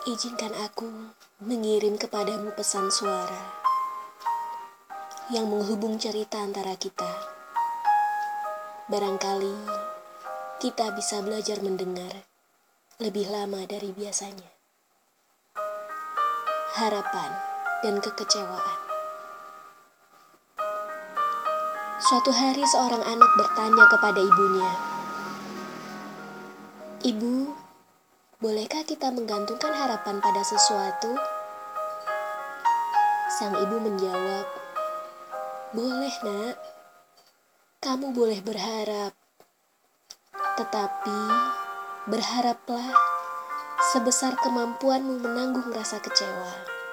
Izinkan aku mengirim kepadamu pesan suara yang menghubung cerita antara kita. Barangkali kita bisa belajar mendengar lebih lama dari biasanya. Harapan dan kekecewaan. Suatu hari seorang anak bertanya kepada ibunya, "Ibu, bolehkah kita menggantungkan harapan pada sesuatu?" Sang ibu menjawab, "Boleh, Nak. Kamu boleh berharap. Tetapi berharaplah sebesar kemampuanmu menanggung rasa kecewa."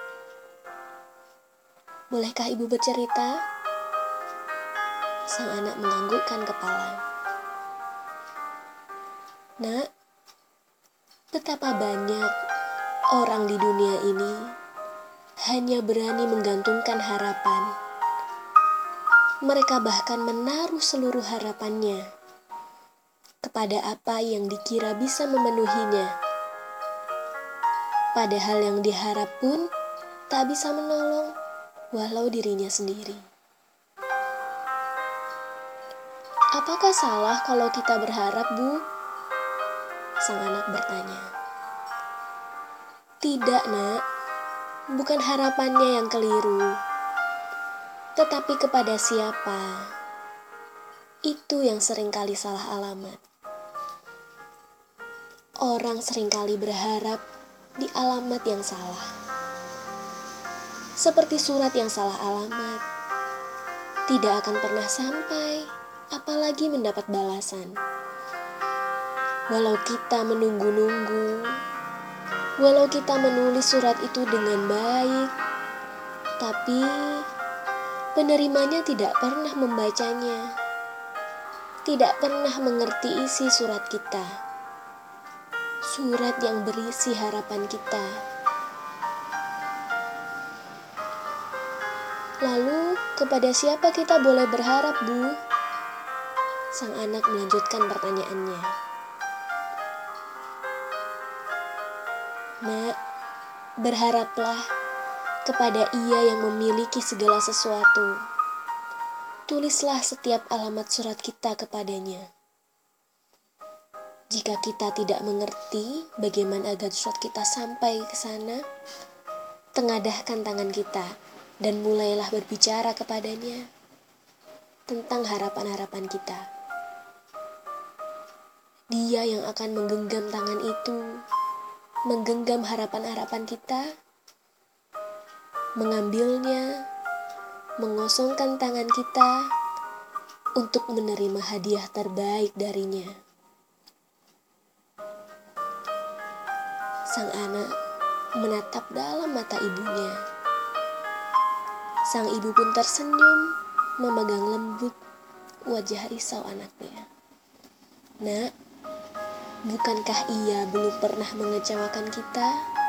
"Bolehkah ibu bercerita?" Sang anak menganggukkan kepala. "Nak, betapa banyak orang di dunia ini hanya berani menggantungkan harapan. Mereka bahkan menaruh seluruh harapannya kepada apa yang dikira bisa memenuhinya. Padahal yang diharap pun tak bisa menolong walau dirinya sendiri. Apakah salah kalau kita berharap, Bu?" Sang anak bertanya. "Tidak, Nak. Bukan harapannya yang keliru. Tetapi kepada siapa? Itu yang seringkali salah alamat. Orang seringkali berharap di alamat yang salah. Seperti surat yang salah alamat. Tidak akan pernah sampai, apalagi mendapat balasan. Walau kita menunggu-nunggu, walau kita menulis surat itu dengan baik, tapi penerimanya tidak pernah membacanya, tidak pernah mengerti isi surat kita. Surat yang berisi harapan kita. Lalu, kepada siapa kita boleh berharap, Bu?" Sang anak melanjutkan pertanyaannya. "Nak, berharaplah kepada Ia yang memiliki segala sesuatu. Tulislah setiap alamat surat kita kepadanya. Jika kita tidak mengerti bagaimana agar surat kita sampai ke sana, tengadahkan tangan kita dan mulailah berbicara kepadanya tentang harapan-harapan kita. Dia yang akan menggenggam tangan itu, menggenggam harapan-harapan kita, mengambilnya, mengosongkan tangan kita untuk menerima hadiah terbaik darinya." Sang anak menatap dalam mata ibunya. Sang ibu pun tersenyum, memegang lembut wajah risau anaknya. "Nak, bukankah ia belum pernah mengecewakan kita?"